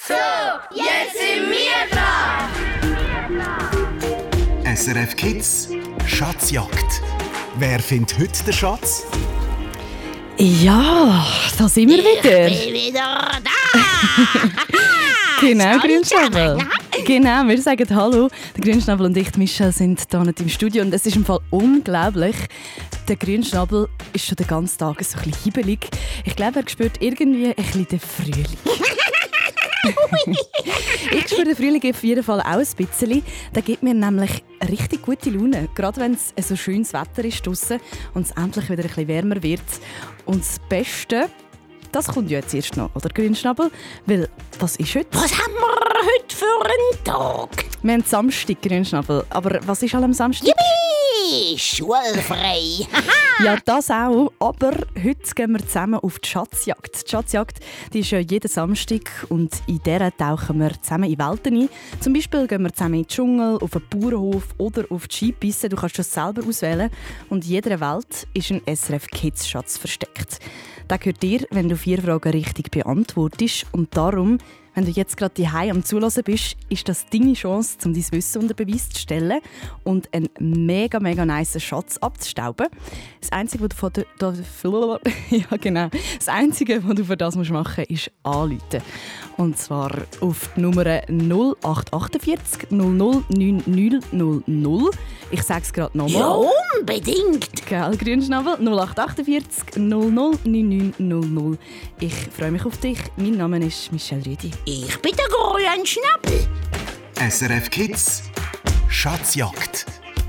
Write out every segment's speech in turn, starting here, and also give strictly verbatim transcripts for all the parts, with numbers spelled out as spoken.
So, jetzt sind wir dran! S R F Kids Schatzjagd. Wer findet heute den Schatz? Ja, da sind wir wieder. Ich bin wieder da! Genau, Grünschnabel. Genau, wir sagen Hallo. Der Grünschnabel und ich, Michelle, sind hier nicht im Studio. Und es ist im Fall unglaublich. Der Grünschnabel ist schon den ganzen Tag so ein bisschen hibbelig. Ich glaube, er spürt irgendwie ein bisschen den Frühling. Ich spüre den Frühling auf jeden Fall auch ein bisschen. Der gibt mir nämlich richtig gute Laune. Gerade wenn es so schönes Wetter ist draussen und es endlich wieder ein bisschen wärmer wird. Und das Beste, das kommt ja jetzt erst noch, oder Grünschnabel? Weil, was ist heute? Was haben wir heute für einen Tag? Wir haben Samstag, Grünschnabel. Aber was ist am Samstag? Yippie! Schulfrei! Ja, das auch. Aber heute gehen wir zusammen auf die Schatzjagd. Die Schatzjagd die ist ja jeden Samstag und in der tauchen wir zusammen in Welten ein. Zum Beispiel gehen wir zusammen in den Dschungel, auf einen Bauernhof oder auf die Skipiste. Du kannst das selber auswählen. Und in jeder Welt ist ein S R F Kids Schatz versteckt. Der gehört dir, wenn du vier Fragen richtig beantwortest. Und darum, wenn du jetzt gerade daheim am Zuhören bist, ist das deine Chance, um dein Wissen unter Beweis zu stellen und einen mega, mega nice Schatz abzustauben. Das Einzige, was du von der, da, ja, genau. Das Einzige, was du für das machen musst, ist anrufen. Und zwar auf die Nummer null acht acht vier null null neun null null null. Ich sage es gerade nochmal. Ja, unbedingt! Gell, Grünschnabel? null acht acht vier null null neun neun null null. Ich freue mich auf dich. Mein Name ist Michelle Rüdi. Ich bin der Grünschnabel. S R F Kids Schatzjagd.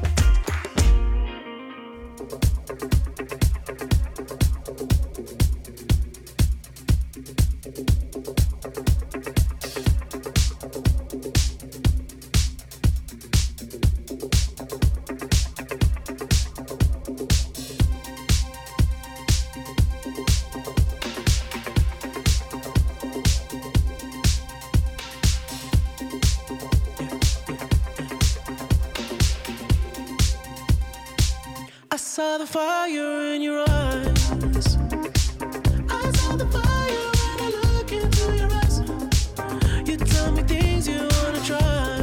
I saw the fire in your eyes. I saw the fire when I look into your eyes. You tell me things you wanna try.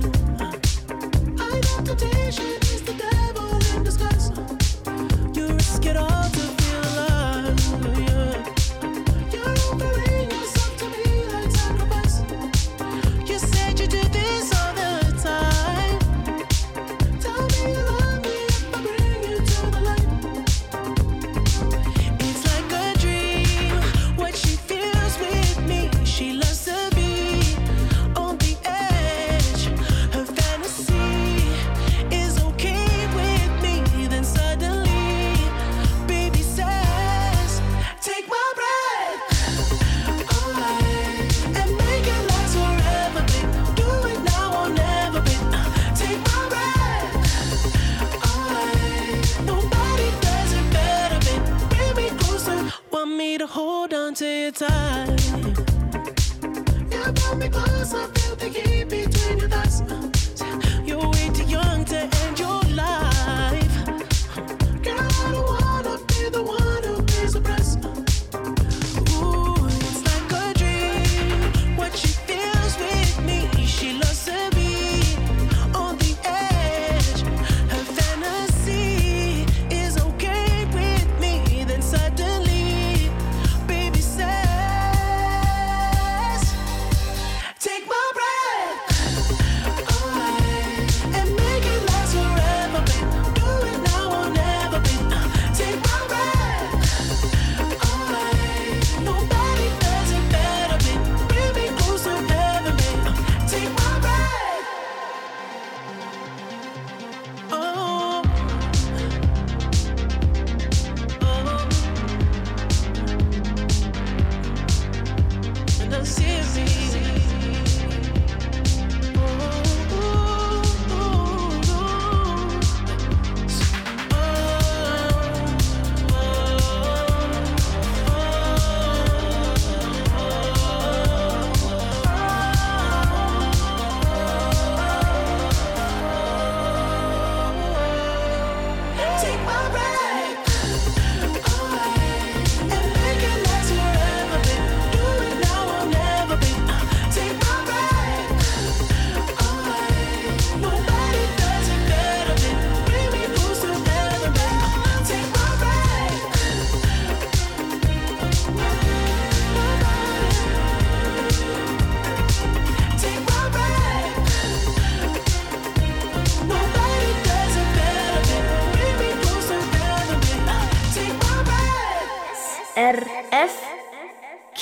I know temptation is the devil in disguise. You risk it all to feel alive. Yeah. You're offering yourself to me like sacrifice. You said you do this all the time. Tell me you love me if I bring you to the light. It's like a dream, what she feels with me. She loves to be on the edge. Her fantasy is okay with me. Then suddenly, baby says, take my breath away and make it last forever, babe. Do it now or never, babe. Take my breath away. Nobody does it better, babe. Bring me closer. Want me to hold on to you tight. You brought me close. I feel the heat between your thighs. You're way too young to end your life. Girl, I don't wanna be the one who pays the price. Ooh, it's like a dream. What she feels with me, she loves to be on the edge. Her fantasy is okay with me. Then suddenly, baby says, take my breath.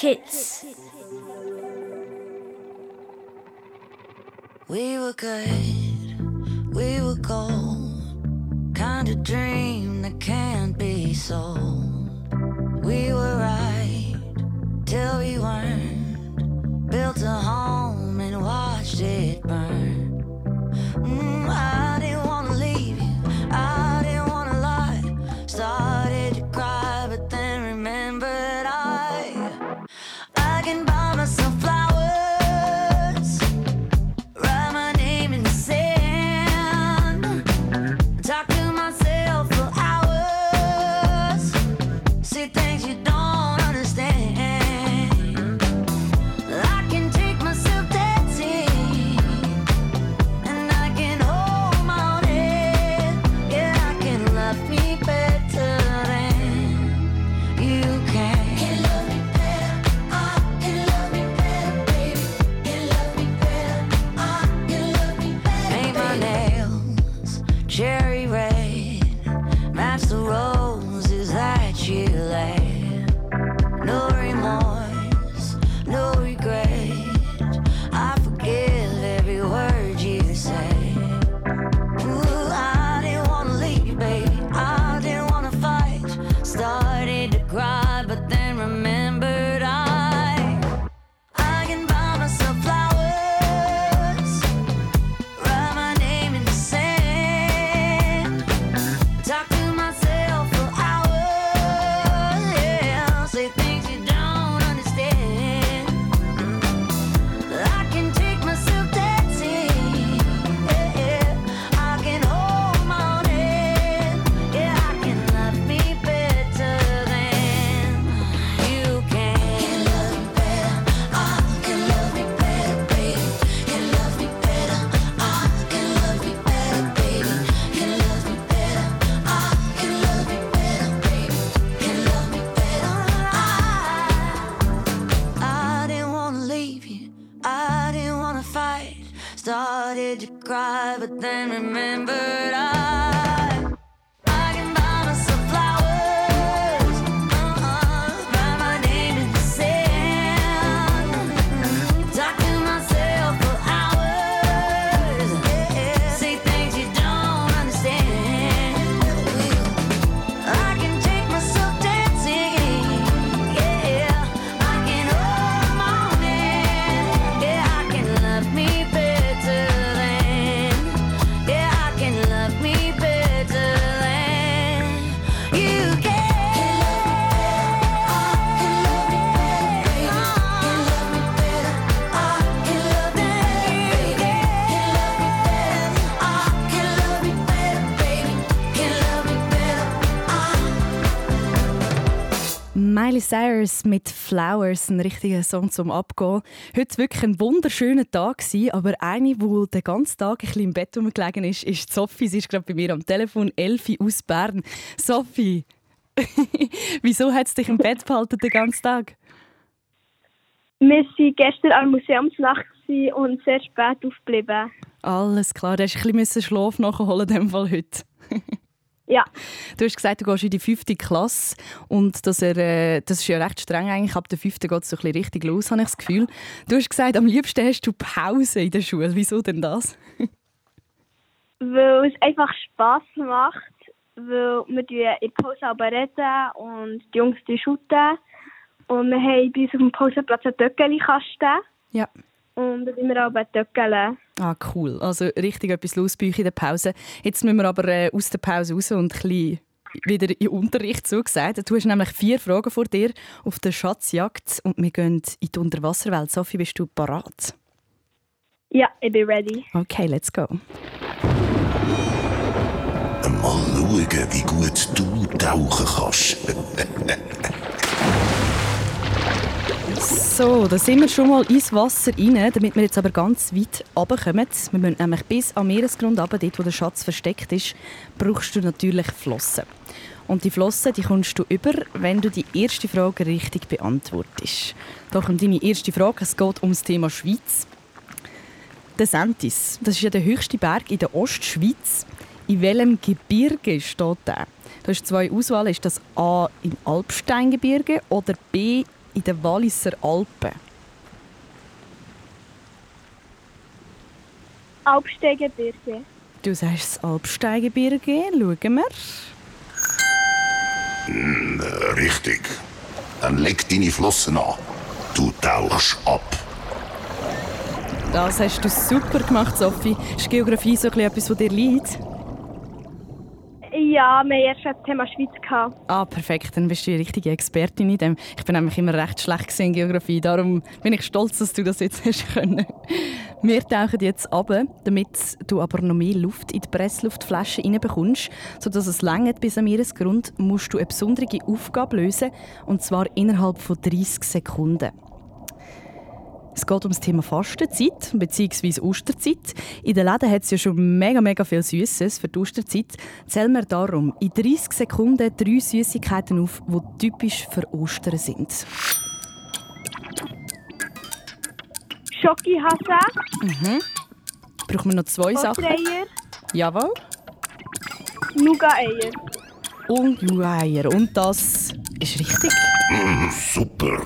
Kids. We were good, we were gold, kind of dream that can't be sold. We were right till we weren't, built a home and watched it burn. Mm, I didn't wanna leave you, I didn't wanna lie. Started to cry, but then remembered I I can buy myself flowers, write my name in the sand, talk to myself for hours, say things you don't understand. I can take myself dancing, and I can hold my own head. Yeah, I can love me better than you can. Can love me better, I can love me better, baby. Can love me better, I can love me better. Paint my nails cherry red, match the roses that you laid. No remorse, no regret. I forgive every word you say. Ooh, I didn't wanna leave you, baby. I didn't wanna fight. Started to cry, but then remembered I I can buy myself flowers, write my name in the sand, talk to myself for hours. Yeah, say things you don't understand. I can take myself dancing. Yeah, yeah. I can hold my own head. Yeah, I can love me better than you can. Can love me better. I can love me better, baby. Can love me better. I can love me better, baby. Can love me better. I can love me better, baby. Can love me better. I I didn't wanna leave you. I didn't wanna fight. Started to cry, but then remembered I I can buy myself flowers. Uh-uh, write my name in the sand. Talk to myself for hours. Yeah, say things you don't understand. I can take myself dancing. Yeah, I can hold my own hand. Yeah, I can love me better than. Yeah, I can love me better than you can. Can love me better. I can love me better, baby. Can love me better. I can love me better. Can love me better, baby. Can love me better. I Miley Cyrus mit «Flowers», ein richtiger Song zum Abgehen. Heute war wirklich ein wunderschöner Tag, gewesen, aber eine, die den ganzen Tag ein bisschen im Bett rumgelegen ist, ist Sophie. Sie ist gerade bei mir am Telefon, Elfi aus Bern. Sophie, wieso hat es dich im Bett behalten den ganzen Tag? Wir waren gestern an der Museumsnacht und sehr spät aufgeblieben. Alles klar, du musst ein bisschen Schlaf nachholen in dem Fall heute. Ja, Du hast gesagt, du gehst in die fünfte Klasse und dass er, äh, das ist ja recht streng eigentlich. Ab der fünften geht es so ein bisschen richtig los, habe ich das Gefühl. Du hast gesagt, am liebsten hast du Pause in der Schule. Wieso denn das? weil es einfach Spass macht, weil wir in der Pause aber reden und die Jungs die shooten. Und wir haben bei uns auf dem Pausenplatz einen Töckeli-Kasten. Ja. Und da sind wir auch bei Töckeli. Ah, cool. Also richtig etwas los bei euch in der Pause. Jetzt müssen wir aber äh, aus der Pause raus und ein bisschen wieder in den Unterricht, so gesagt. Du hast nämlich vier Fragen vor dir auf der Schatzjagd und wir gehen in die Unterwasserwelt. Sophie, bist du parat? Ja, ich bin ready. Okay, let's go. Mal schauen, wie gut du tauchen kannst. So, da sind wir schon mal ins Wasser rein, damit wir jetzt aber ganz weit runterkommen. Wir müssen nämlich bis am Meeresgrund runter, dort wo der Schatz versteckt ist, brauchst du natürlich Flossen. Und die Flossen die kommst du über, wenn du die erste Frage richtig beantwortest. Da kommt deine erste Frage, es geht um das Thema Schweiz. Der Sentis, das ist ja der höchste Berg in der Ostschweiz. In welchem Gebirge steht der? Du hast zwei Auswahlen. Ist das A im Alpsteingebirge oder B in den Walliser Alpen? Alpsteigebirge. Du sagst das Alpsteigebirge. Schauen wir. Äh, richtig. Dann leg deine Flossen an. Du tauchst ab. Das hast du super gemacht, Sophie. Ist Geografie so etwas, was dir liegt? Ja, wir hatten erst das Thema Schweiz gehabt. Ah, perfekt. Dann bist du die richtige Expertin in dem. Ich bin nämlich immer recht schlecht in Geografie. Darum bin ich stolz, dass du das jetzt hast können. Wir tauchen jetzt runter, damit du aber noch mehr Luft in die Pressluftflasche reinbekommst. Sodass es reicht bis am Meeresgrund, musst du eine besondere Aufgabe lösen. Und zwar innerhalb von dreißig Sekunden. Es geht um das Thema Fastenzeit bzw. Osterzeit. In den Läden hat es ja schon mega, mega viel Süßes für die Osterzeit. Zählen wir darum in dreißig Sekunden drei Süßigkeiten auf, die typisch für Ostern sind. Schokihase, Mhm. Brauchen wir noch zwei Sachen? Ostereier, Jawohl. Nougat-Eier. Und Jueier. Und das ist richtig. Mm, super.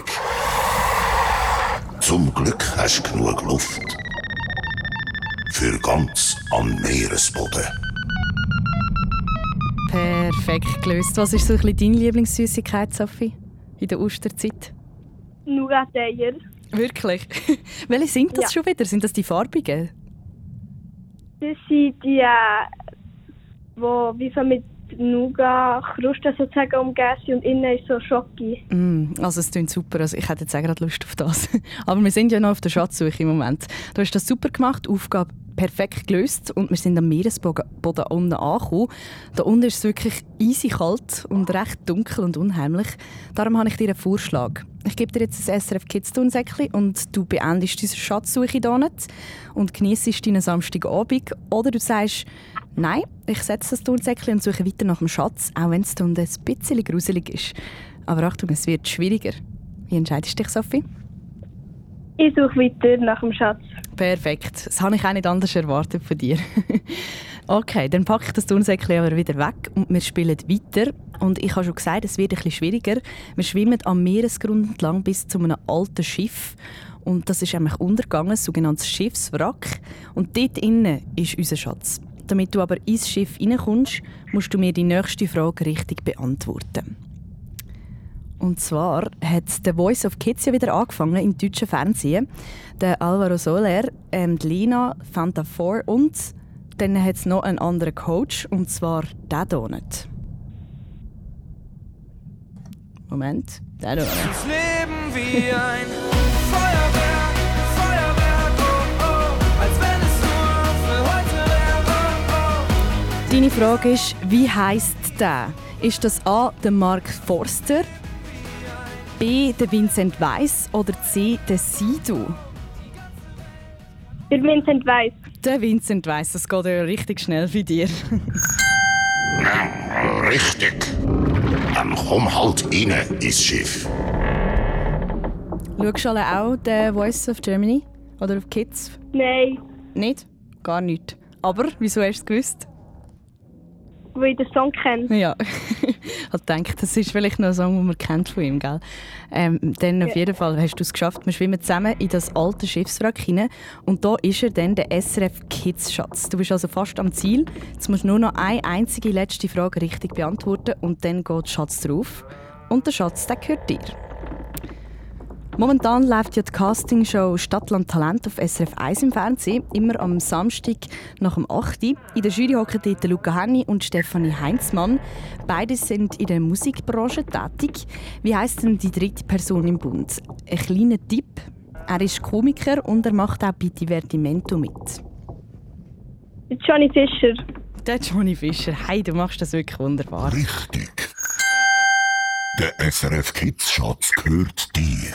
Zum Glück hast du genug Luft. Für ganz am Meeresboden. Perfekt gelöst. Was ist so ein bisschen deine Lieblingssüßigkeit, Sophie, in der Osterzeit? Nougat-Eier. Wirklich? Welche sind das Ja. schon wieder? Sind das die farbigen? Das sind die, äh, wo wie so mit Nougat-Kruste sozusagen umgeben sind und innen ist so Schoki. Mm, also es klingt super. Also ich hätte jetzt auch gerade Lust auf das. Aber wir sind ja noch auf der Schatzsuche im Moment. Du hast das super gemacht, Aufgabe perfekt gelöst und wir sind am Meeresboden unten angekommen. Da unten ist es wirklich easy kalt und recht dunkel und unheimlich. Darum habe ich dir einen Vorschlag. Ich gebe dir jetzt ein S R F Kids Turnsäckchen und du beendest diese Schatzsuche hier nicht und geniessest deinen Samstagabend. Oder du sagst, nein, ich setze das Turnsäckchen und suche weiter nach dem Schatz, auch wenn es da unten ein bisschen gruselig ist. Aber Achtung, es wird schwieriger. Wie entscheidest du dich, Sophie? Ich suche weiter nach dem Schatz. Perfekt. Das habe ich auch nicht anders erwartet von dir. Okay, dann packe ich das Turnsäckchen aber wieder weg und wir spielen weiter. Und ich habe schon gesagt, es wird ein bisschen schwieriger. Wir schwimmen am Meeresgrund entlang bis zu einem alten Schiff. Und das ist nämlich untergegangen, ein sogenanntes Schiffswrack. Und dort innen ist unser Schatz. Damit du aber ins Schiff reinkommst, musst du mir die nächste Frage richtig beantworten. Und zwar hat The Voice of Kids ja wieder angefangen im deutschen Fernsehen. Der Alvaro Soler, ähm, die Lina, Fanta vier und dann hat es noch einen anderen Coach, und zwar der hier nicht. Moment, der hier nicht. Das Leben wie ein Feuerwerk, Feuerwerk, oh oh, als wenn es nur für heute wäre, oh oh. Deine Frage ist, wie heisst der? Ist das A, der Mark Forster, B, der Vincent Weiss oder C, der Sido? Der Vincent Weiss. Der Vincent Weiss, das geht ja richtig schnell bei dir. Richtig. Dann komm halt rein ins Schiff. Schaust du alle auch den Voice of Germany oder auf Kids? Nein, Nicht? Gar nicht. Aber wieso hast du es gewusst? weil ich den Song kenne. Ja, ich habe gedacht, das ist vielleicht noch ein Song, den man kennt von ihm, gell? Ähm, dann auf Ja. jeden Fall hast du es geschafft. Wir schwimmen zusammen in das alte Schiffswrack hinein und da ist er dann der S R F Kids Schatz. Du bist also fast am Ziel. Jetzt musst du nur noch eine einzige letzte Frage richtig beantworten und dann geht der Schatz drauf. Und der Schatz, der gehört dir. Momentan läuft ja die Castingshow Stadtland Talent auf S R F eins im Fernsehen, immer am Samstag nach dem acht Uhr. In der Jury hocken dort Luca Henny und Stefanie Heinzmann. Beide sind in der Musikbranche tätig. Wie heisst denn die dritte Person im Bund? Ein kleiner Tipp. Er ist Komiker und er macht auch bei Divertimento mit. Johnny Fischer. Der Johnny Fischer. Hey, du machst das wirklich wunderbar. Richtig. Der S R F Kids Schatz gehört dir.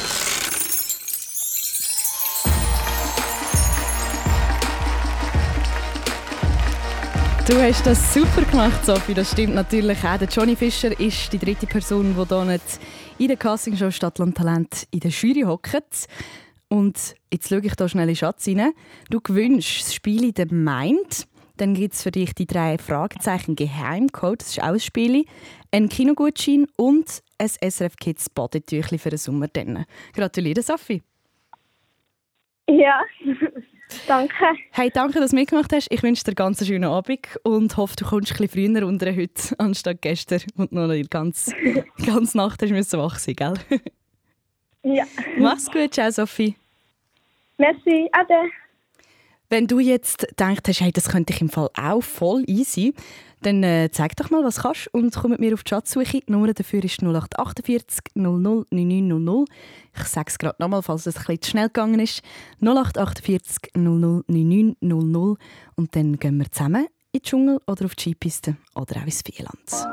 Du hast das super gemacht, Sophie. Das stimmt natürlich auch. Der Johnny Fischer ist die dritte Person, die hier nicht in der Castingshow Stadtland Talent in der Jury hockt. Und jetzt schaue ich hier schnell in den Schatz rein. Du gewinnst das Spiel in der Mind. Dann gibt es für dich die drei Fragezeichen Geheimcode, das ist auch ein Spiel, ein Kinogutschein und ein S R F Kids Badetüchli für den Sommer. Dann. Gratuliere, Sophie. Ja, danke. Hey, danke, dass du mitgemacht hast. Ich wünsche dir einen ganz schönen Abend und hoffe, du kommst ein bisschen früher unter heute anstatt gestern und noch die ganze, ganze Nacht hast müssen wach sein, gell? Ja. Mach's gut, ciao Sophie. Merci, ade. Wenn du jetzt gedacht hast, hey, das könnte ich im Fall auch voll easy, dann äh, zeig doch mal, was du kannst und komm mit mir auf die Schatzsuche. Die Nummer dafür ist null acht vier acht null null neun neun null null. Ich sage es gerade nochmal, falls es ein bisschen zu schnell gegangen ist. null acht vier acht null null neun neun null null. Und dann gehen wir zusammen in den Dschungel oder auf die Skipiste oder auch ins Vierland.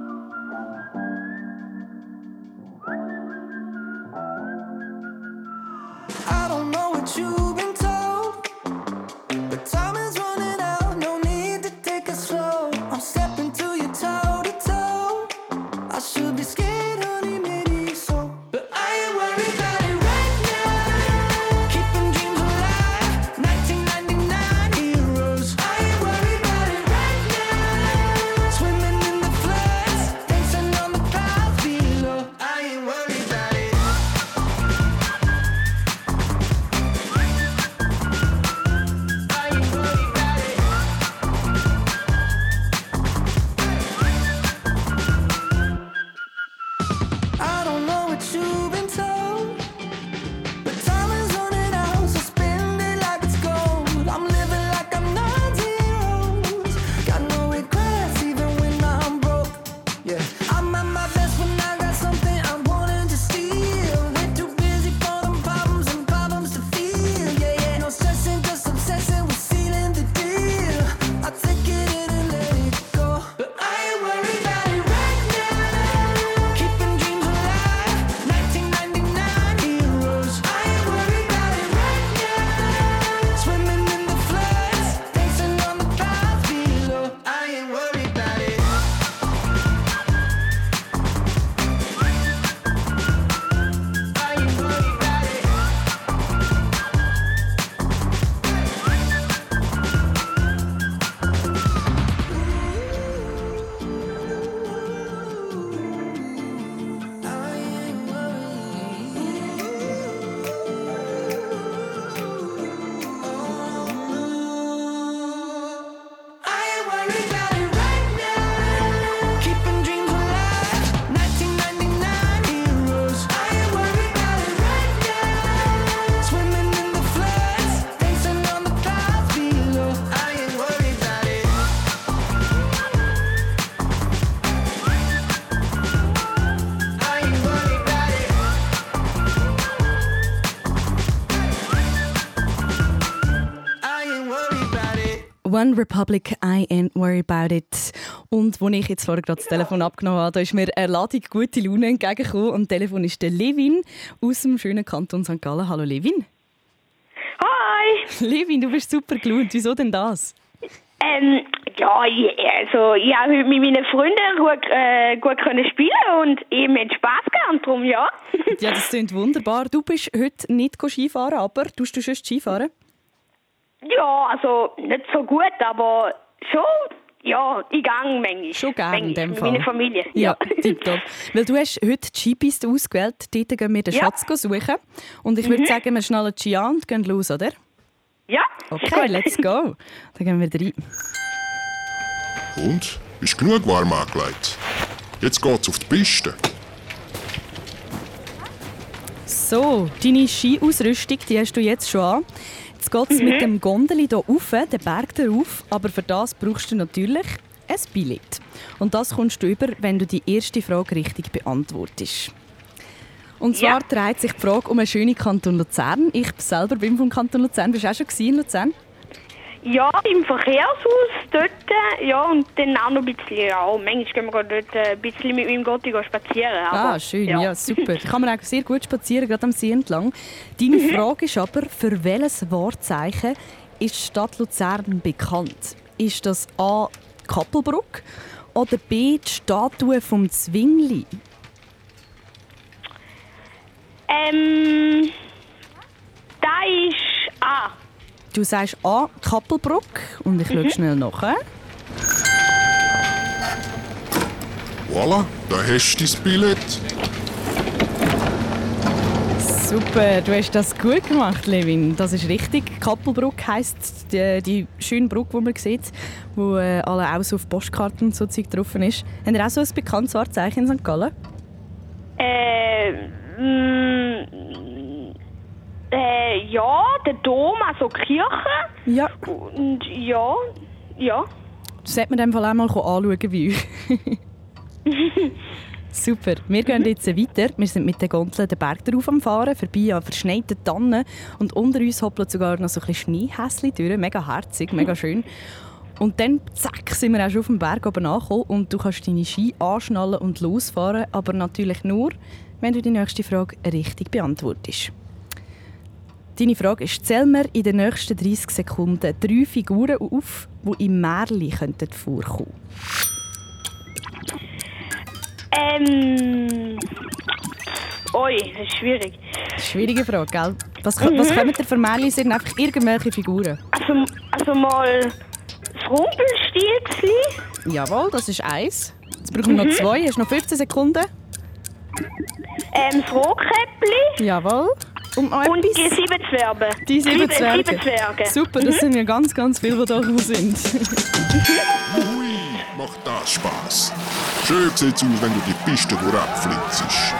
I don't know what you've been told, but time is running out. No need to take it slow. I'm stepping to you toe to toe. I should be scared, honey, maybe so, but I ain't worried about it right now. Keeping dreams alive, nineteen ninety-nine heroes. I ain't worried about it right now. Swimming in the floods, dancing on the clouds below. I ain't worried about it. I don't know what you've been told, but time is running out, so spend it like it's gold. I'm living like I'm not zeros. Got no regrets even when I'm broke. Yeah, I'm at my best when I got something I'm wanting to steal. We're too busy for them problems and problems to feel. Yeah, yeah, no stressing, just obsessing with sealing the deal. I take it in and let it go, but I ain't worried about it right now. Keeping dreams alive, nineteen ninety-nine heroes. I ain't worried about it right now. Swimming in the floods, dancing on the clouds below. I ain't worried about it. I ain't worried about it. I ain't worried. I ain't worried about it right now. Keeping dreams alive, nineteen ninety-nine heroes. I ain't worried about it right now. Swimming in the floods, dancing on the clouds below. I ain't worried about it. I ain't worried about it. I ain't worried about it. One Republic, I ain't worried about it. Und als ich jetzt vorher gerade das Telefon abgenommen habe, da ist mir eine Ladung gute Laune entgegengekommen. Und am Telefon ist der Levin aus dem schönen Kanton Sankt Gallen. Hallo Levin. Hi! Levin, du bist super gelaunt. Wieso denn das? Ähm, ja, ich, also, ich habe heute mit meinen Freunden gut, äh, gut können spielen und eben hat Spass gehabt, darum ja. Ja, das klingt wunderbar. Du bist heute nicht Skifahren, aber tust du schon Skifahren? Ja, also nicht so gut, aber schon, ja, ich gehe manchmal. Schon gerne in Manchmal dem mit Fall. meiner Familie. Ja, tipptopp. Weil du hast heute die Skipiste ausgewählt. Dort gehen wir den Ja. Schatz suchen. Und ich würde sagen, wir schnallen die Ski an und gehen los, oder? Ja, Okay, ist gut. let's go. Dann gehen wir rein. Und? Ist genug warm angelegt? Jetzt geht's auf die Piste. So, deine Skiausrüstung, die hast du jetzt schon an. Jetzt geht es mit dem Gondeli hier rauf, den Berg darauf. Aber für das brauchst du natürlich ein Billett. Und das kommst du über, wenn du die erste Frage richtig beantwortest. Und zwar Ja. dreht sich die Frage um einen schönen Kanton Luzern. Ich selber bin vom Kanton Luzern. Bist du auch schon in Luzern? Ja, im Verkehrshaus dort, äh, ja, und dann auch noch ein bisschen, ja, manchmal gehen wir dort äh, ein bisschen mit meinem Gotti spazieren. Aber, Ah, schön, ja. super. Kann man auch sehr gut spazieren, gerade am See entlang. Deine Frage ist aber, für welches Wahrzeichen ist die Stadt Luzern bekannt? Ist das A. die Kappelbrücke oder B. die Statue vom Zwingli? Ähm, da ist A. Du sagst A. Kappelbruck und ich schaue schnell nach. Voilà, da hast du dein Billett. Super, du hast das gut gemacht, Levin. Das ist richtig. Kappelbruck heisst die, die schöne Brücke, die man sieht, wo äh, alle auch so auf Postkarten und so Zeug drauf ist. Habt ihr auch so ein bekanntes Wahrzeichen in Sankt Gallen? Äh, mh, äh, ja, der Dom, also die Kirche. Ja. Und ja, ja. Das sollte man in dem Fall auch mal anschauen bei euch. Super, wir gehen jetzt weiter. Wir sind mit der Gondel den Berg darauf am Fahren, vorbei an verschneiten Tannen. Und unter uns hoppelt sogar noch so ein bisschen Schneehässchen durch. Mega herzig, mega schön. Und dann, zack, sind wir auch schon auf dem Berg oben angekommen und du kannst deine Ski anschnallen und losfahren. Aber natürlich nur, wenn du die nächste Frage richtig beantwortest. Deine Frage ist, zähl mir in den nächsten dreißig Sekunden drei Figuren auf, die im Märchen vorkommen könnten. Ähm. Oi, das ist schwierig. Schwierige Frage, gell? Was, mhm. was kommen dir für Märchen? Sind einfach irgendwelche Figuren? Also, also mal das Rumpelstilzchen. Jawohl, das ist eins. Jetzt brauchen wir mhm. noch zwei. Hast du noch fünfzehn Sekunden? Ähm, das Rotkäppli. Jawohl. Und, noch Und etwas? die sieben Zwerge. Die sieben Zwerge. Sieben Zwerge. Super, das Mhm. sind ja ganz, ganz viele, die da rum sind. Ui, macht das Spaß. Schön sieht's aus, wenn du die Piste durchflitzest.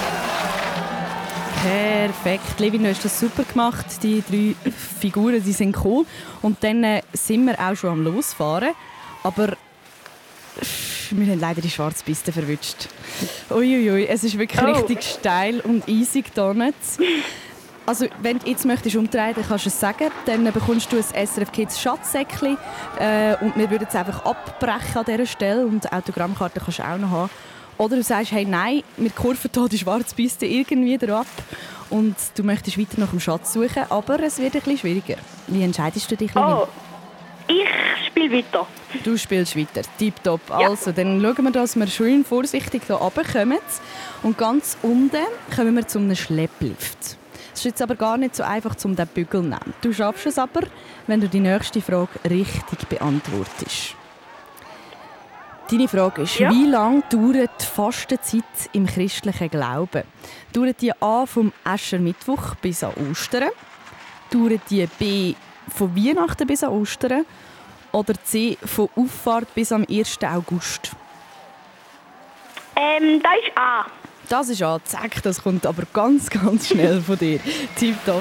Perfekt. Levin, du hast das super gemacht. Die drei Figuren, die sind cool. Und dann äh, sind wir auch schon am Losfahren. Aber wir haben leider die schwarze Piste verwünscht. Uiuiui, es ist wirklich Oh. richtig steil und eisig hier nicht. Also, wenn du jetzt möchtest umdrehen, dann kannst du es sagen. Dann bekommst du ein S R F Kids Schatzsäckchen. Äh, und wir würden es einfach abbrechen an dieser Stelle. Und die Autogrammkarte kannst du auch noch haben. Oder du sagst, hey, nein, wir kurven hier die schwarze Piste irgendwie ab. Und du möchtest weiter nach dem Schatz suchen. Aber es wird ein bisschen schwieriger. Wie entscheidest du dich, Levin? Oh, ich spiele weiter. Du spielst weiter. Tipptopp. Ja. Also, dann schauen wir, dass wir schön vorsichtig hier runterkommen. Und ganz unten kommen wir zu einem Schlepplift. Es ist jetzt aber gar nicht so einfach, um diesen Bügel zu nehmen. Du schaffst es aber, wenn du die nächste Frage richtig beantwortest. Deine Frage ist, Ja. wie lange dauert die Fastenzeit im christlichen Glauben? Dauert die A vom Aschermittwoch bis an Ostern? Dauert die B von Weihnachten bis an Ostern? Oder C von Auffahrt bis am ersten August? Ähm, da ist A. Das ist A. Zack, das kommt aber ganz, ganz schnell von dir. Tipptopp.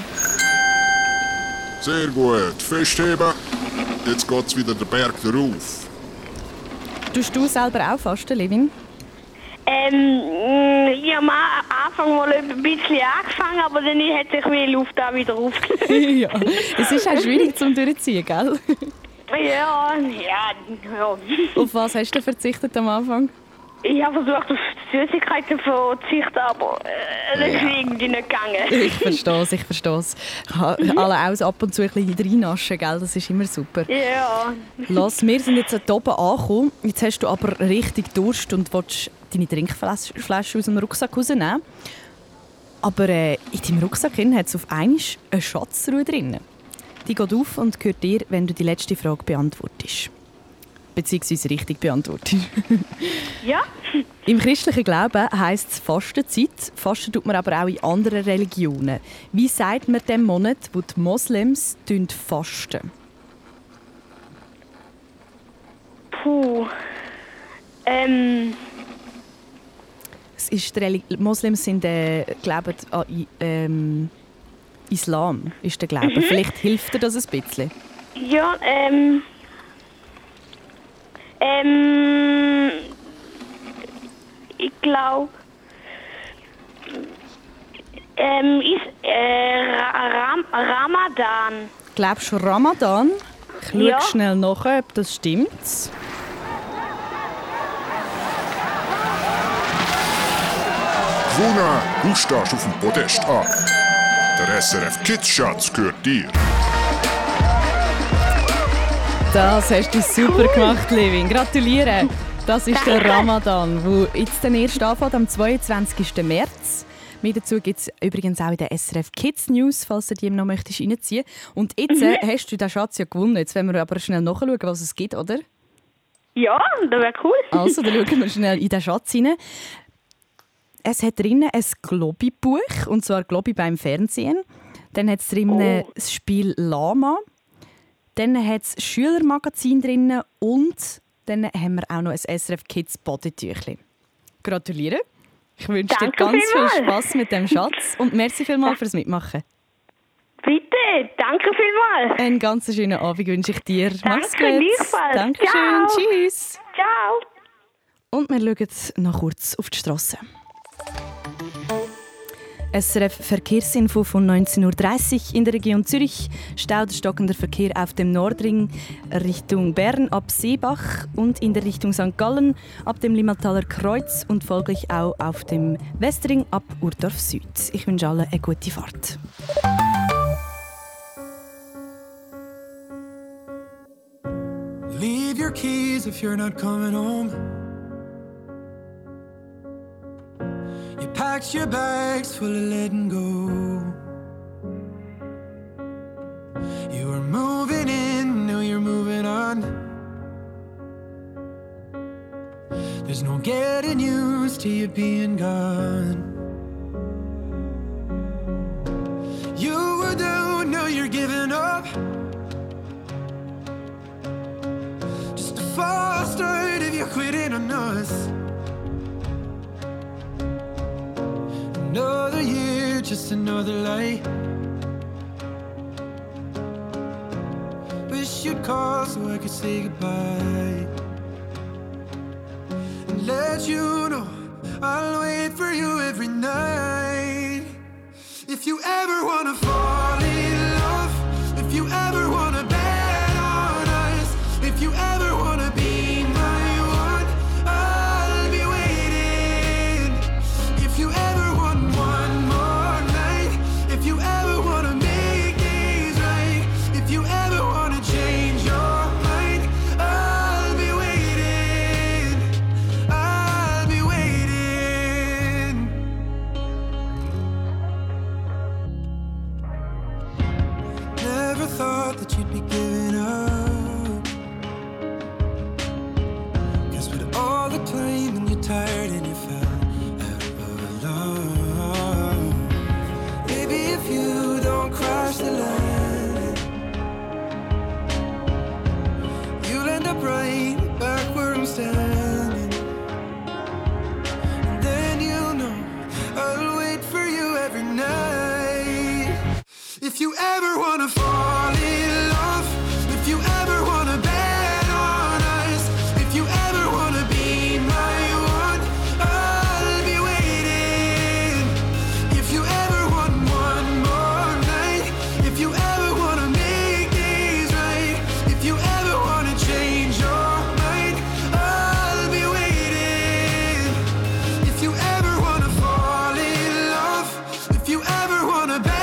Sehr gut, festheben. Jetzt geht's wieder den Berg darauf. Tust du selber auch fasten, Levin? Ähm, mh, ich habe am Anfang mal ein bisschen angefangen, aber dann hat sich meine Luft auch wieder aufgelöst. Ja. Es ist auch schwierig zum Durchziehen, gell? Ja, ja, ja. Auf was hast du verzichtet am Anfang? Ich habe versucht, auf Süßigkeiten zu verzichten, aber äh, das ist Ja. irgendwie nicht gegangen. Ich verstehe es, ich verstehe es. Alle aus ab und zu ein bisschen reinnaschen, gell? Das ist immer super. Ja. Lass, wir sind jetzt hier oben angekommen. Jetzt hast du aber richtig Durst und willst deine Trinkflasche aus dem Rucksack rausnehmen. Aber äh, in deinem Rucksack hat es auf einmal eine Schatztruhe drin. Die geht auf und gehört dir, wenn du die letzte Frage beantwortest. Beziehungsweise richtig beantwortest. Ja? Im christlichen Glauben heisst es Fastenzeit. Fasten tut man aber auch in anderen Religionen. Wie sagt man dem Monat, wo die Moslems fasten? Puh. Ähm. Es ist die Reli- Moslems sind, äh, glauben an I- ähm, Islam, ist der Glaube. Mhm. Vielleicht hilft dir das ein bisschen. Ja, ähm. Ähm. Ich glaube. Ähm, ist äh, Ram Ramadan. Glaubst du Ramadan? Ich schaue Ja. schnell nach, ob das stimmt. Wuna, du stehst auf dem Podest an. Der S R F Kids Schatz gehört dir. Das hast du super gemacht, Levin. Gratuliere. Das ist der Ramadan, der jetzt dann erst anfängt, am zweiundzwanzigsten März. Mehr dazu gibt es übrigens auch in der S R F Kids News, falls du die noch möchtest reinziehen. Und jetzt mhm. hast du den Schatz ja gewonnen. Jetzt wollen wir aber schnell nachschauen, was es gibt, oder? Ja, das wäre cool. Also, dann schauen wir schnell in den Schatz rein. Es hat drinnen ein Globi-Buch, und zwar Globi beim Fernsehen. Dann hat es drinnen oh. das Spiel Lama. Dann hat es Schülermagazin drinnen und dann haben wir auch noch ein S R F Kids Bodentüchlein. Gratuliere. Ich wünsche dir ganz viel Spass mit dem Schatz und merci vielmals fürs Mitmachen. Bitte, danke vielmals. Einen ganz schönen Abend wünsche ich dir. Danke, Mach's gut. gleichfalls. Dankeschön. Ciao. Tschüss. Ciao. Und wir schauen noch kurz auf die Strasse. S R F Verkehrsinfo von neunzehn Uhr dreißig in der Region Zürich. Stau stockender Verkehr auf dem Nordring Richtung Bern ab Seebach und in der Richtung Sankt Gallen ab dem Limataler Kreuz und folglich auch auf dem Westring ab Urdorf Süd. Ich wünsche allen eine gute Fahrt. Leave your keys if you're not coming home. You packed your bags full of letting go. You were moving in, now you're moving on. There's no getting used to you being gone. You were down, now you're giving up. Just a false start if you're quitting on us. Another year, just another lie. Wish you'd call so I could say goodbye and let you know I'll wait for you every night. If you ever wanna fall in love, if you ever wanna bet on us, if you ever wanna be my one, I'll be waiting. If you ever thought that you'd be giving up, 'cause with all the claiming you're tired and you fell out of love. Maybe if you don't crash the land, you'll end up right back where I'm standing. And then you'll know I'll wait for you every night. If you ever wanna fall in love, if you ever wanna bet on us, if you ever wanna be my one, I'll be waiting. If you ever want one more night, if you ever wanna make things right, if you ever wanna change your mind, I'll be waiting. If you ever wanna fall in love, if you ever wanna bet,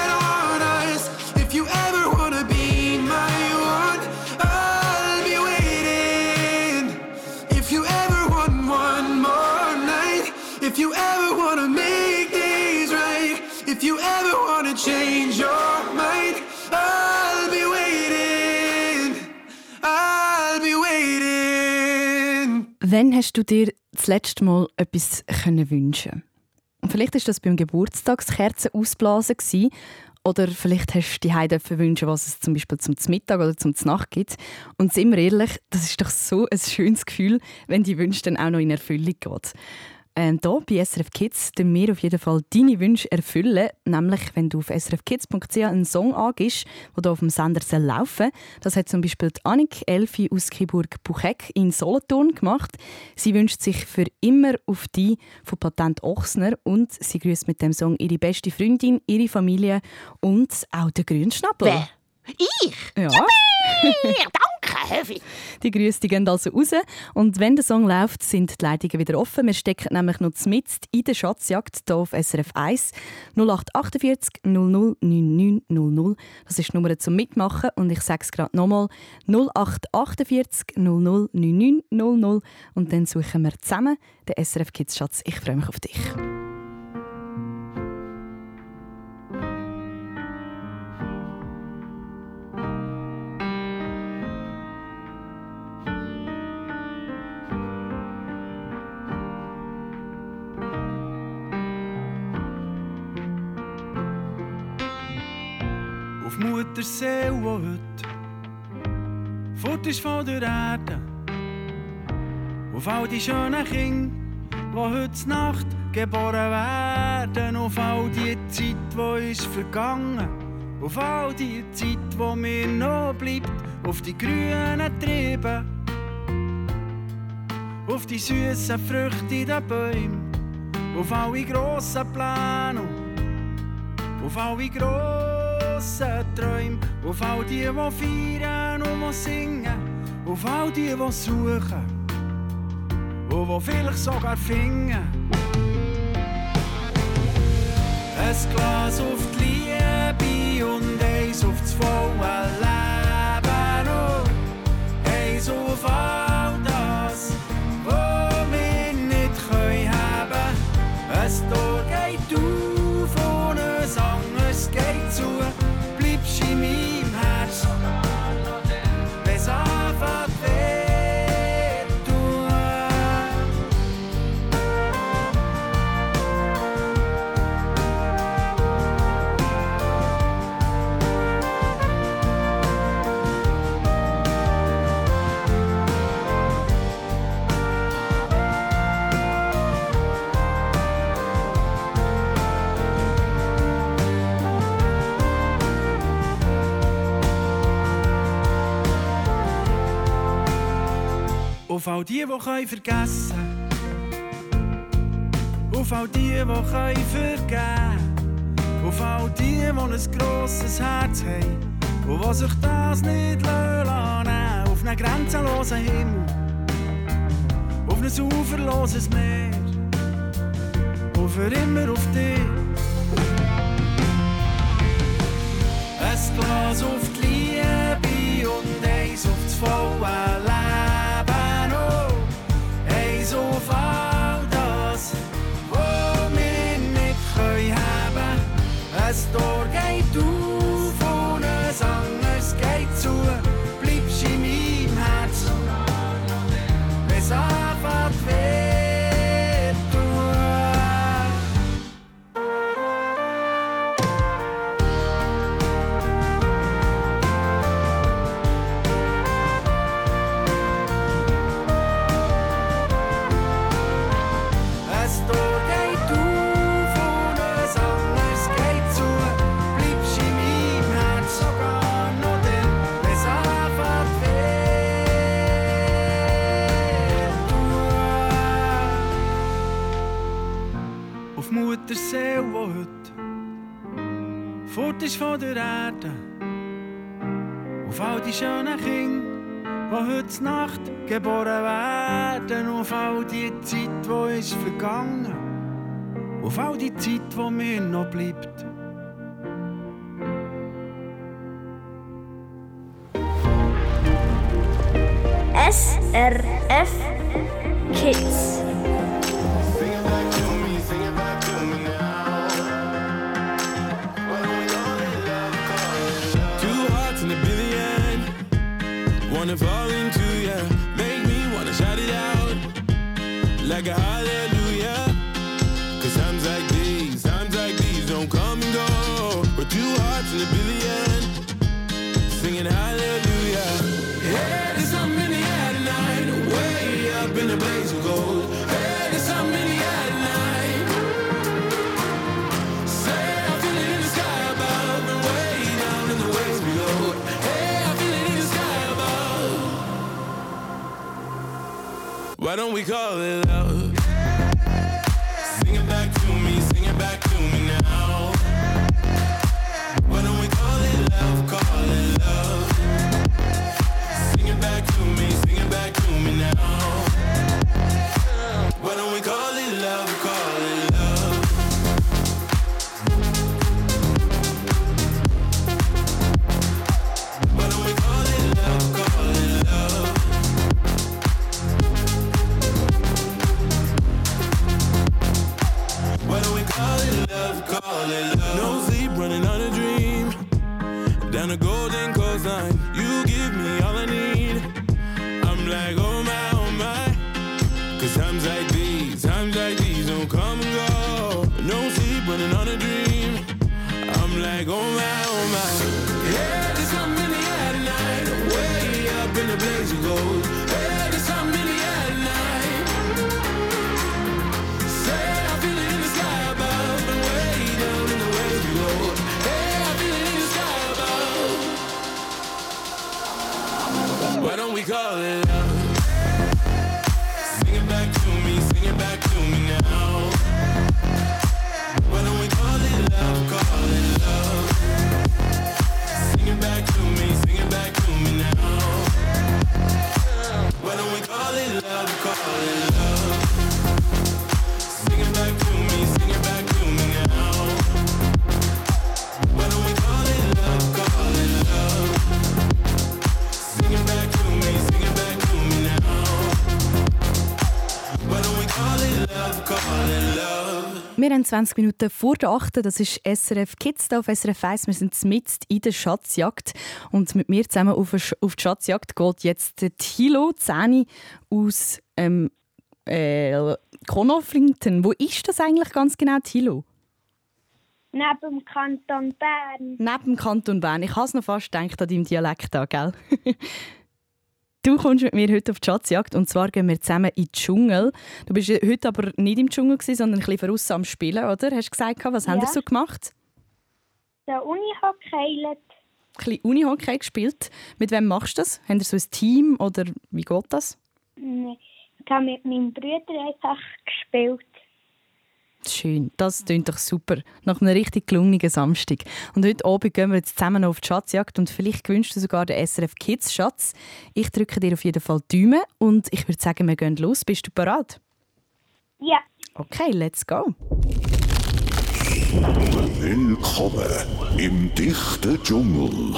if you ever wanna make things right, if you ever wanna change your mind, I'll be waiting, I'll be waiting. Wann hast du dir das letzte Mal etwas können wünschen? Und vielleicht war das beim Geburtstagskerzen ausblasen gewesen, oder vielleicht hast du dir die wünschen, was es zum Beispiel zum Mittag oder zum Nacht gibt. Und sind wir ehrlich, das ist doch so ein schönes Gefühl, wenn die Wünsche dann auch noch in Erfüllung gehen. Ähm, hier bei S R F Kids erfüllen wir auf jeden Fall deine Wünsche erfüllen. Nämlich, wenn du auf s r f kids punkt c h einen Song angibst, der hier auf dem Sender laufen soll. Das hat zum Beispiel die Annik Elfi aus Kiburg-Pucheck in Solothurn gemacht. Sie wünscht sich für immer auf die von Patent Ochsner und sie grüßt mit dem Song ihre beste Freundin, ihre Familie und auch den Grünschnabel. Wer? Ich? Ja. Ja, danke, Höfi. Die Grüße die gehen also raus. Und wenn der Song läuft, sind die Leitungen wieder offen. Wir stecken nämlich noch mitten in der Schatzjagd hier auf S R F eins. null acht achtundvierzig null null neun neun null null. Das ist die Nummer zum Mitmachen. Und ich sage es gerade nochmal. null acht achtundvierzig null null neun neun null null. Und dann suchen wir zusammen den S R F Kids Schatz. Ich freue mich auf dich. auf Mutterseele, die heute fort ist von der Erde. Auf all die schönen Kinder, die heute Nacht geboren werden. Auf all die Zeit, die ist vergangen. Auf all die Zeit, die mir noch bleibt. Auf die grünen Triebe. Auf die süßen Früchte in den Bäumen. Auf alle grossen Pläne. Auf alle grossen Träume. Auf all die, die feiern und die singen. Auf all die, die suchen. Und die vielleicht sogar finden. Ein Glas auf die Liebe und eins auf das volle Leben. Und eins auf all das, was wir nicht können haben. Ein Tor geht auf und ein anderes geht zu. Bleibst in meinem Herz, wenn's anfängt weh tun. Auf all die, die können vergessen. Auf all die, die können vergeben. Auf all die, die ein grosses Herz haben. Und die sich das nicht lassen nehmen. Auf einen grenzenlosen Himmel. Auf ein uferloses Meer. Und für immer auf dich. Ein Glas auf die Liebe und eins auf das volle Leben. Auf all das, was wir nicht können haben. Ein Tor geht auf und ein anderes geht zu. Bleibst in meinem Herz, wenn's anfängt weh tun. Mutterseele, die heute fort ist von der Erde. Auf all die schönen Kinder, die heute Nacht geboren werden. Auf all die Zeit, die ist vergangen. Auf all die Zeit, die mir noch bleibt. S R F Kids. Wanna fall into ya, make me wanna shout it out like a hallelujah. Cause times like these, times like these don't come and go. We're two hearts in a billion, singing hallelujah. Hey, there's something in the air tonight, way up in the blaze of gold. Hey, there's something in the air tonight. Say I feel it in the sky above and way down in the waves below. Hey, I feel it in the sky above. Why don't we call it love? Sing it back to me, sing it back to me now. Why don't we call it love, call it love? Sing it back to me, sing it back to me now. Why don't we call it love, call it love? Why don't we call it love, call it love? Why don't we call it love, call it love? No sleep, running on a dream. Down the golden coastline, you give me all I need. I'm like, oh my, oh my. Cause times like these, times like these don't come and go. No sleep, running on a dream. I'm like, oh my, oh my. in a blaze of gold. Hey, there's something in the air tonight. Say I feel it in the sky above, and way down in the waves below. Hey, I feel it in the sky above. Why don't we call it love? Sing it back to me, sing it back to me now. Why don't we call it love, call it love? Sing it back to me, sing it back to me now. Why don't we call it love, call it love? Sing it back to me, sing it back to me now. Why don't we call it love, call it love? Sing it back to me, sing it back to me now. Why don't we call it love, call it love? Wir haben zwanzig Minuten vor der achten. Das ist S R F Kids hier auf S R F eins. Wir sind mitten in der Schatzjagd. Und mit mir zusammen auf die Schatzjagd geht jetzt Thilo, zehn aus ähm, äh, Konolfingen. Wo ist das eigentlich ganz genau, Thilo? Neben dem Kanton Bern. Neben dem Kanton Bern. Ich habe es noch fast gedacht an deinem Dialekt an, gell? Du kommst mit mir heute auf die Schatzjagd und zwar gehen wir zusammen in den Dschungel. Du bist heute aber nicht im Dschungel, sondern ein bisschen draussen am Spielen, oder? Hast du gesagt, was ja. habt ihr so gemacht? Der Unihockey. Ein bisschen Unihockey gespielt. Mit wem machst du das? Habt ihr so ein Team oder wie geht das? Ich habe mit meinem Bruder einfach gespielt. Schön, das klingt doch super. Nach einem richtig gelungenen Samstag. Und heute Abend gehen wir jetzt zusammen auf die Schatzjagd und vielleicht gewünscht du sogar den S R F Kids Schatz. Ich drücke dir auf jeden Fall die Daumen und ich würde sagen, wir gehen los. Bist du bereit? Ja. Okay, let's go. Willkommen im dichten Dschungel.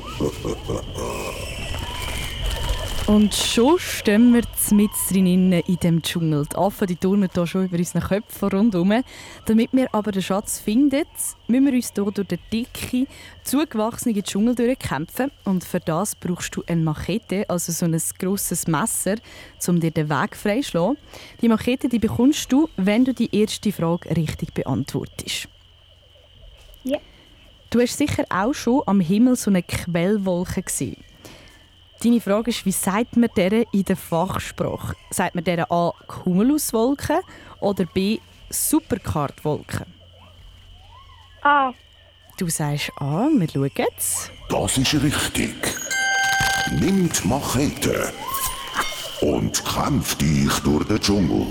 Und schon stehen wir mitten drinnen in dem Dschungel. Die Affen die turnen hier schon über unseren Köpfen rundherum. Damit wir aber den Schatz finden, müssen wir uns hier durch den dicken, zugewachsenen Dschungel durchkämpfen. Und für das brauchst du eine Machete, also so ein grosses Messer, um dir den Weg freizuschlagen. Die Machete die bekommst du, wenn du die erste Frage richtig beantwortest. Ja. Du hast sicher auch schon am Himmel so eine Quellwolke gesehen. Deine Frage ist, wie sagt man der in der Fachsprache? Sagt man der A. Cumuluswolke oder B. Superkartwolke? A. Du sagst A, wir schauen jetzt. Das ist richtig. Nimm die Machete und kämpf dich durch den Dschungel.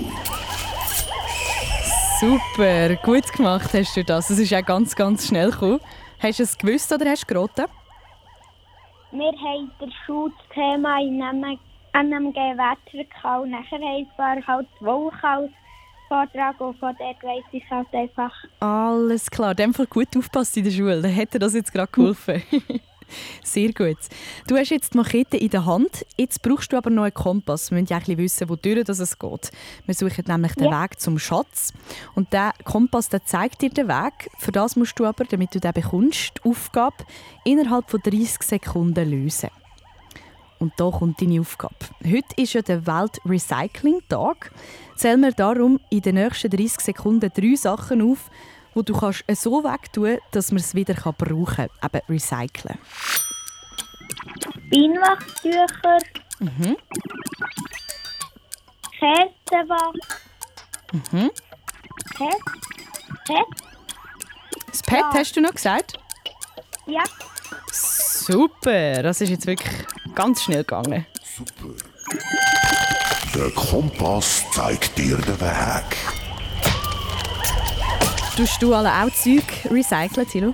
Super, gut gemacht hast du das. Es ist auch ganz, ganz schnell gekommen. Hast du es gewusst oder hast du geraten? Wir haben das Schulthema in einem, an einem Gewitter gehabt. Und nachher haben wir halt die Wolke als Vortrag und von dort weiss ich es halt einfach. Alles klar, in dem Fall gut aufgepasst in der Schule. Dann hätte das jetzt gerade geholfen. Sehr gut. Du hast jetzt die Machete in der Hand. Jetzt brauchst du aber noch einen Kompass. Wir müssen ja ein wissen, wodurch es geht. Wir suchen nämlich den ja. Weg zum Schatz. Und der Kompass der zeigt dir den Weg. Für das musst du aber, damit du den bekommst, die Aufgabe innerhalb von dreißig Sekunden lösen. Und da kommt deine Aufgabe. Heute ist ja der Weltrecycling-Tag. Zähl mir darum in den nächsten dreißig Sekunden drei Sachen auf, wo du kannst so wegtun, dass man es wieder brauchen kann, eben recyceln. Bienenwachstücher. Mhm. Käsewach. Mhm. Pet. Pet. Das Pet Ja. hast du noch gesagt? Ja. Super, das ist jetzt wirklich ganz schnell gegangen. Super. Der Kompass zeigt dir den Weg. Tust du alle auch Zeug recyceln, Thilo?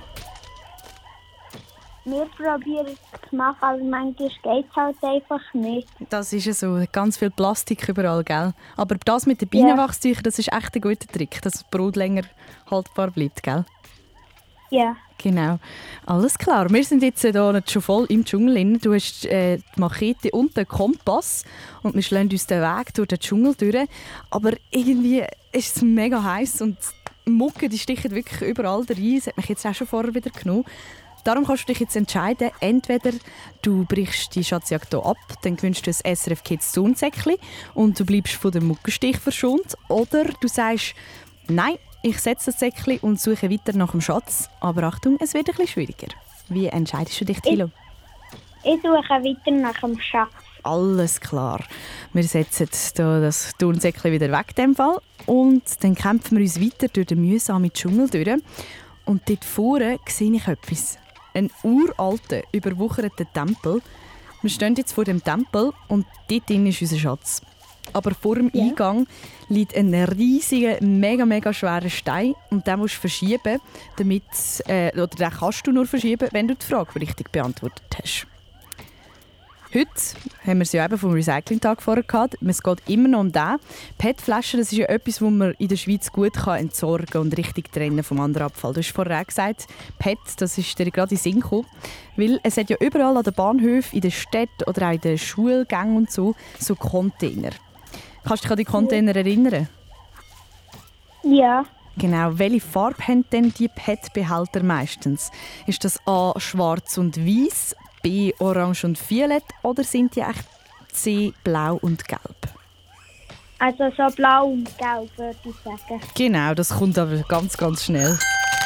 Wir probieren es zu machen, aber manchmal geht es halt einfach nicht. Das ist ja so, ganz viel Plastik überall, gell? Aber das mit den Bienenwachstüchern, das ist echt ein guter Trick, dass das Brot länger haltbar bleibt, gell? Ja. Genau. Alles klar. Wir sind jetzt hier schon voll im Dschungel drin. Du hast äh, die Machete und den Kompass und wir schlagen uns den Weg durch den Dschungel durch. Aber irgendwie ist es mega heiß und die Mucke die stichen wirklich überall rein. Das hat mich jetzt auch schon vorher wieder genommen. Darum kannst du dich jetzt entscheiden, entweder du brichst die Schatzjagd hier ab, dann gewünscht du ein S R F Kids Turnsäckchen und du bleibst von dem Muckenstich verschont, oder du sagst, nein, ich setze das Säckchen und suche weiter nach dem Schatz. Aber Achtung, es wird ein bisschen schwieriger. Wie entscheidest du dich, Thilo? Ich, ich suche weiter nach dem Schatz. alles klar. Wir setzen hier das Turnsäckchen wieder weg in dem Fall. Und dann kämpfen wir uns weiter durch den mühsamen Dschungel durch. Und dort vorne sehe ich etwas. Einen uralten, überwucherten Tempel. Wir stehen jetzt vor dem Tempel und dort drin ist unser Schatz. Aber vor dem Ja. Eingang liegt ein riesiger, mega, mega schwerer Stein und den musst du verschieben, damit, äh, oder den kannst du nur verschieben, wenn du die Frage richtig beantwortet hast. Heute haben wir es ja eben vom Recycling-Tag vorher gehabt. Es geht immer noch um den. P E T-Flaschen, das ist ja etwas, das man in der Schweiz gut kann entsorgen und richtig trennen vom anderen Abfall. Du hast vorher auch gesagt, P E T, das ist dir gerade in den Sinn gekommen. Weil es hat ja überall an den Bahnhöfen, in den Städten oder auch in den Schulgängen und so, so Container. Kannst du dich an die Container erinnern? Ja. Genau. Welche Farbe haben denn die P E T-Behälter meistens? Ist das A schwarz und weiß, B orange und violett oder sind die echt C blau und gelb? Also so blau und gelb, würde ich sagen. Genau, das kommt aber ganz, ganz schnell.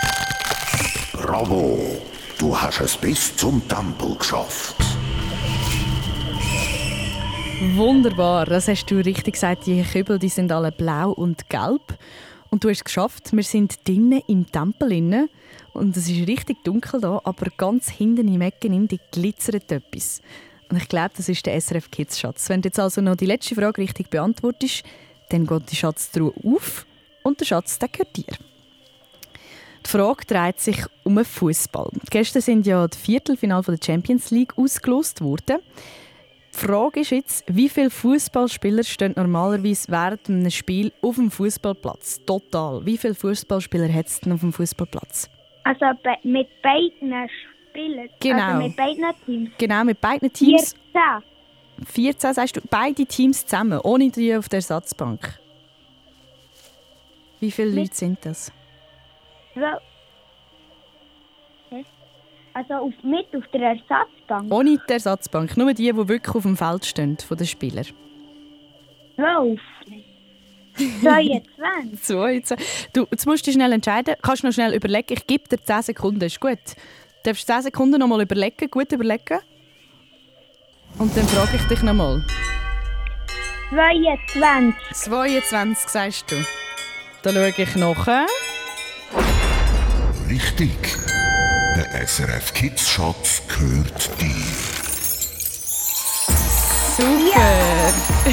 Bravo! Du hast es bis zum Tempel geschafft. Wunderbar, das hast du richtig gesagt. Die Kübel, die sind alle blau und gelb. Und du hast es geschafft. Wir sind drinnen im Tempel inne und es ist richtig dunkel da, aber ganz hinten im Ecken glitzert etwas. Und ich glaube, das ist der S R F Kids Schatz. Wenn du jetzt also noch die letzte Frage richtig beantwortest, dann geht die Schatztruhe auf und der Schatz, der gehört dir. Die Frage dreht sich um den Fußball. Gestern sind ja die Viertelfinale der Champions League ausgelost worden. Die Frage ist jetzt, wie viele Fußballspieler stehen normalerweise während einem Spiel auf dem Fußballplatz? Total. Wie viele Fußballspieler hat es denn auf dem Fußballplatz? Also be mit beiden Spielern? Genau. Also mit beiden Teams? Genau, mit beiden Teams. vierzehn. vierzehn sagst du, beide Teams zusammen, ohne die auf der Ersatzbank. Wie viele Mit- Leute sind das? Zwölf. Hä? Also auf, mit auf der Ersatzbank? Ohne die Ersatzbank, nur die, die wirklich auf dem Feld stehen, von den Spielern. zwölf. zweiundzwanzig. zweiundzwanzig. Du, jetzt musst du dich schnell entscheiden. Kannst du noch schnell überlegen? Ich gebe dir zehn Sekunden, ist gut. Du darfst zehn Sekunden noch mal überlegen, gut überlegen. Und dann frage ich dich noch mal. zweiundzwanzig. zweiundzwanzig sagst du. Da schaue ich nach. Richtig. Der S R F Kids Schatz gehört dir. Super!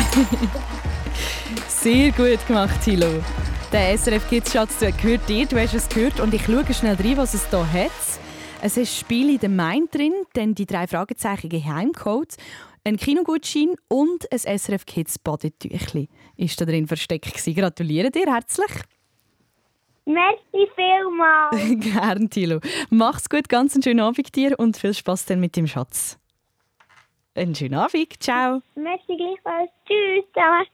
Sehr gut gemacht, Thilo. Der S R F Kids Schatz gehört dir, du hast es gehört. Und ich schaue schnell rein, was es hier hat. Es ist Spiel in der Main drin, dann die drei Fragezeichen Geheimcode, ein Kinogutschein und ein S R F Kids Badetüchli ist da drin versteckt gewesen. Gratuliere dir herzlich. Merci vielmals. Gern, Thilo. Mach's gut, ganz einen schönen Abend dir und viel Spass dann mit dem Schatz. Einen schönen Abend, ciao. Merci gleichfalls. Tschüss zusammen.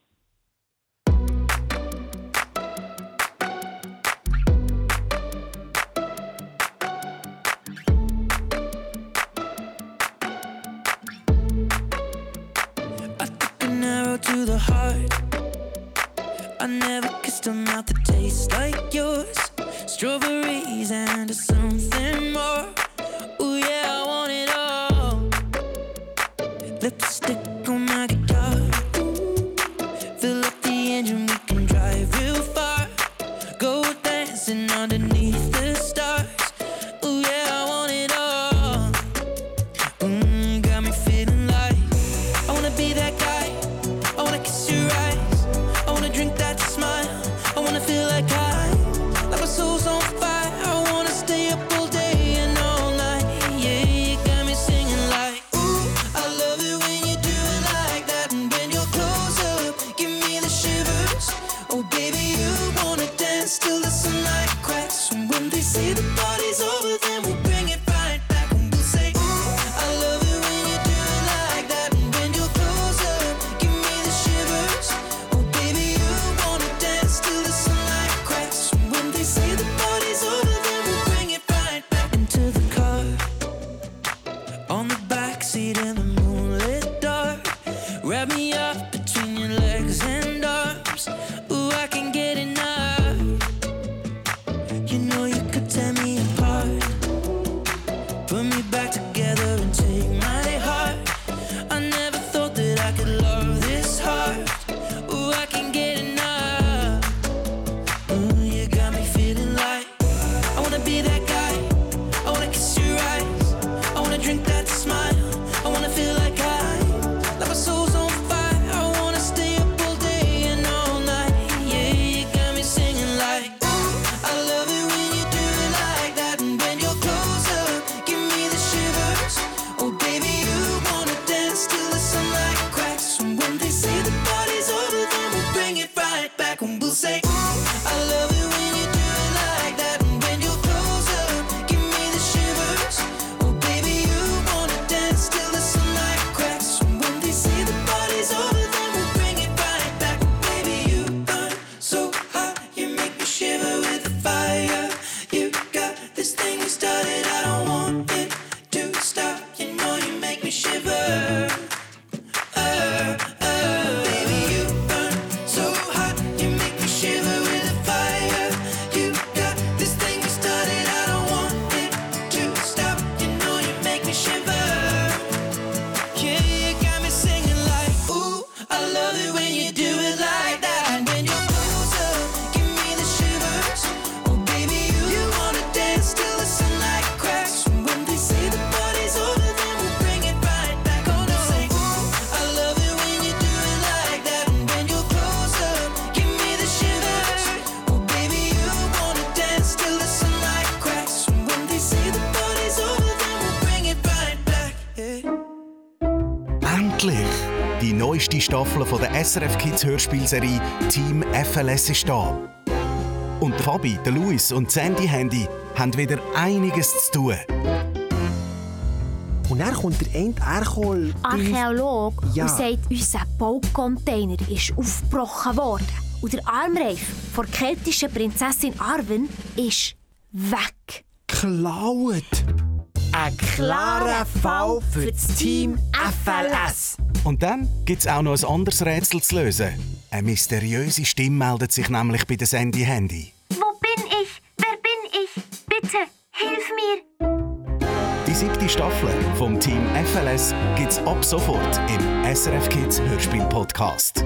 An arrow to the heart. I never kissed a mouth that tastes like yours. Strawberries and something more. Ooh yeah, I want it all. Lipstick on my guitar. Fill up the engine, we can drive real far. Go dancing underneath the stars. Ooh yeah, I want it all. Mm, got me feeling like I wanna be that guy. I wanna kiss your eyes. I wanna drink that smile. I wanna feel like I, like my soul's on fire. I wanna stay up all day and all night. Yeah, you got me singing like, ooh, I love it when you do it like that. And when you're close up, give me the shivers. Oh baby, you wanna dance till the sunlight cracks. And when they say the party's over, then we'll bring it right back. And we'll say, ooh, I love it when you do it like that. And when you're close up, give me the shivers. Oh baby, you wanna dance till the sunlight cracks. And when they say the party's over, then we'll bring it right back. Into the car, on the backseat in the moonlit dark. Wrap me up between your legs and arms. Ooh, I can get enough. You know you could tear me apart. Put me back together and take my heart. I never thought Endlich! Die neueste Staffel von der S R F Kids Hörspielserie Team F L S ist da. Und Fabi, der Luis und Sandy Handy haben wieder einiges zu tun. Und dann kommt der eine Erdkohl. Archäologe Ja. und sagt, unser Baucontainer ist aufgebrochen worden. Und der Armreif von der keltischen Prinzessin Arwen ist weg. Klaut. Ein klarer Fall für das Team F L S. Und dann gibt es auch noch ein anderes Rätsel zu lösen. Eine mysteriöse Stimme meldet sich nämlich bei der Sandy Handy. Wo bin ich? Wer bin ich? Bitte, hilf mir! Die siebte Staffel vom Team F L S gibt es ab sofort im S R F Kids Hörspiel-Podcast.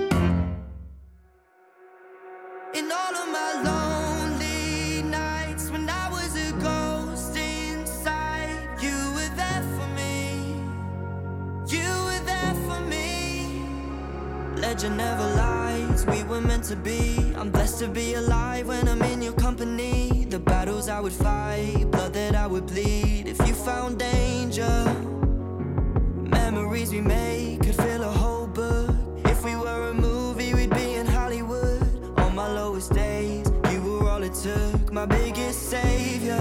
In all of my lonely nights when I was a ghost inside, you were there for me. You were there for me. Legend never lies, we were meant to be. I'm blessed to be alive when I'm in your company. The battles I would fight, blood that I would bleed. If you found danger, memories we made could fill a whole book. If we were a movie, we'd be in Hollywood. On my lowest days, you were all it took, my biggest savior.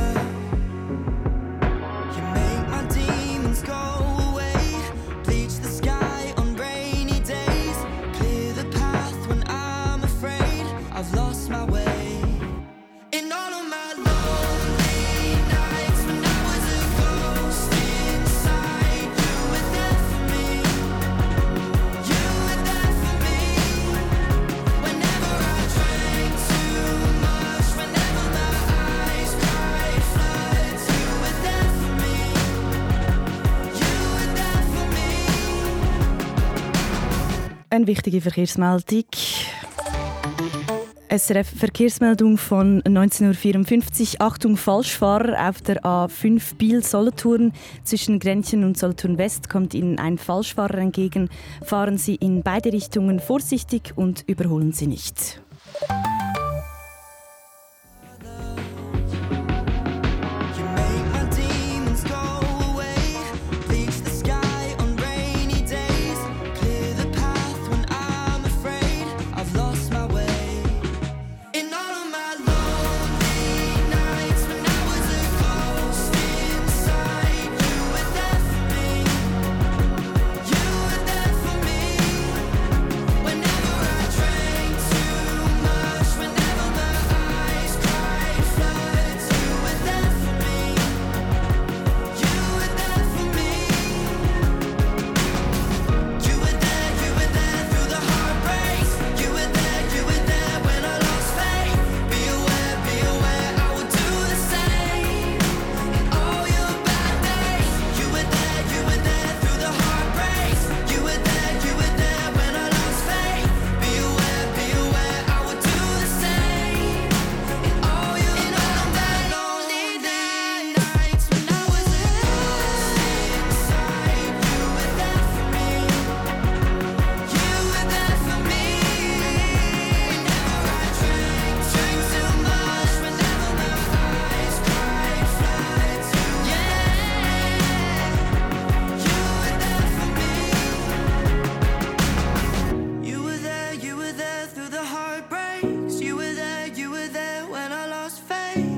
You make my demons go away, bleach the sky on rainy days, clear the path when I'm afraid I've lost my way. In all of my lonely nights when I was a ghost inside, you were there for me. You were there for me. Whenever I drank too much, whenever my eyes cried floods, you were there for me. You were there for me. Eine wichtige Verkehrsmeldung. S R F-Verkehrsmeldung von neunzehn Uhr vierundfünfzig. Achtung, Falschfahrer auf der A fünf Biel-Solothurn. Zwischen Grenchen und Solothurn West kommt Ihnen ein Falschfahrer entgegen. Fahren Sie in beide Richtungen vorsichtig und überholen Sie nicht. My demons go away, bleach the sky on rainy days, clear the path when I'm afraid I've lost my way. In all of my lonely nights when I was a ghost inside, you were there for me. You were there for me. Whenever I drank too much, whenever my eyes cried floods, you were there for me. You were there for me. You were there, you were there through the heartbreaks. You were there, you were there when I lost faith. Be aware, be aware, I would do the same. In all your bad days. You were there, you were there through the heartbreaks. You were there, you were there when I lost faith. Be aware, be aware, I would do the same. In all your in all of my lonely nights when I was a ghost inside, you were there for me. You were there for me. Whenever I drank, drank too much, whenever my eyes cried floods, yeah. You were there for me. You were there, you were there through the heartbreaks. You were there, you were there when I lost faith.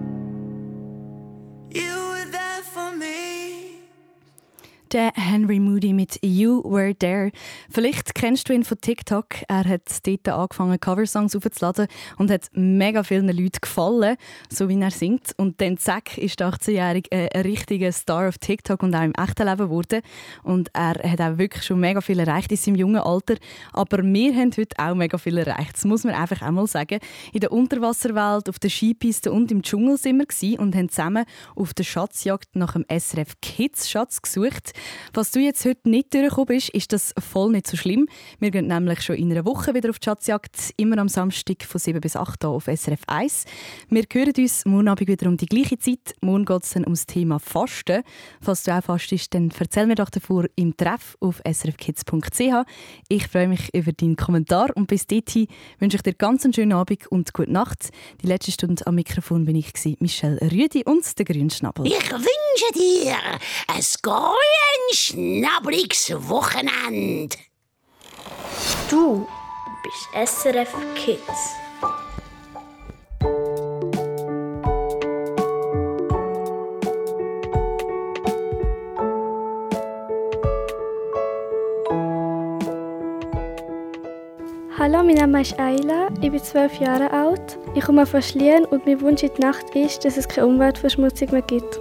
You were there for me. Der Henry Moody mit «You Were There». Vielleicht kennst du ihn von TikTok. Er hat dort angefangen, Coversongs aufzuladen und hat mega vielen Leuten gefallen, so wie er singt. Und dann zack, ist der achtzehnjährige ein richtiger Star auf TikTok und auch im echten Leben geworden. Und er hat auch wirklich schon mega viel erreicht in seinem jungen Alter. Aber wir haben heute auch mega viel erreicht. Das muss man einfach auch mal sagen. In der Unterwasserwelt, auf der Skipiste und im Dschungel sind wir gewesen und haben zusammen auf der Schatzjagd nach dem S R F Kids Schatz gesucht. Was du jetzt heute nicht durchgekommen bist, ist das voll nicht so schlimm. Wir gehen nämlich schon in einer Woche wieder auf die Schatzjagd, immer am Samstag von sieben bis acht hier auf S R F eins. Wir hören uns morgen Abend wieder um die gleiche Zeit. Morgen geht es dann um das Thema Fasten. Falls du auch fastest, dann erzähl mir doch davor im Treff auf s r f kids punkt c h. Ich freue mich über deinen Kommentar und bis dahin wünsche ich dir ganz einen schönen Abend und gute Nacht. Die letzte Stunde am Mikrofon bin ich, Michelle Rüdi und der Grünschnabel. Ich wünsche dir ein Gute schnabriges Wochenende. Du bist S R F Kids. Hallo, mein Name ist Ayla, ich bin zwölf Jahre alt. Ich komme von Schlien und mein Wunsch in die Nacht ist, dass es keine Umweltverschmutzung mehr gibt.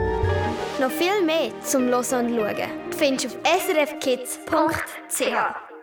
Noch viel mehr zum Hören und Schauen findest du auf s r f kids punkt c h.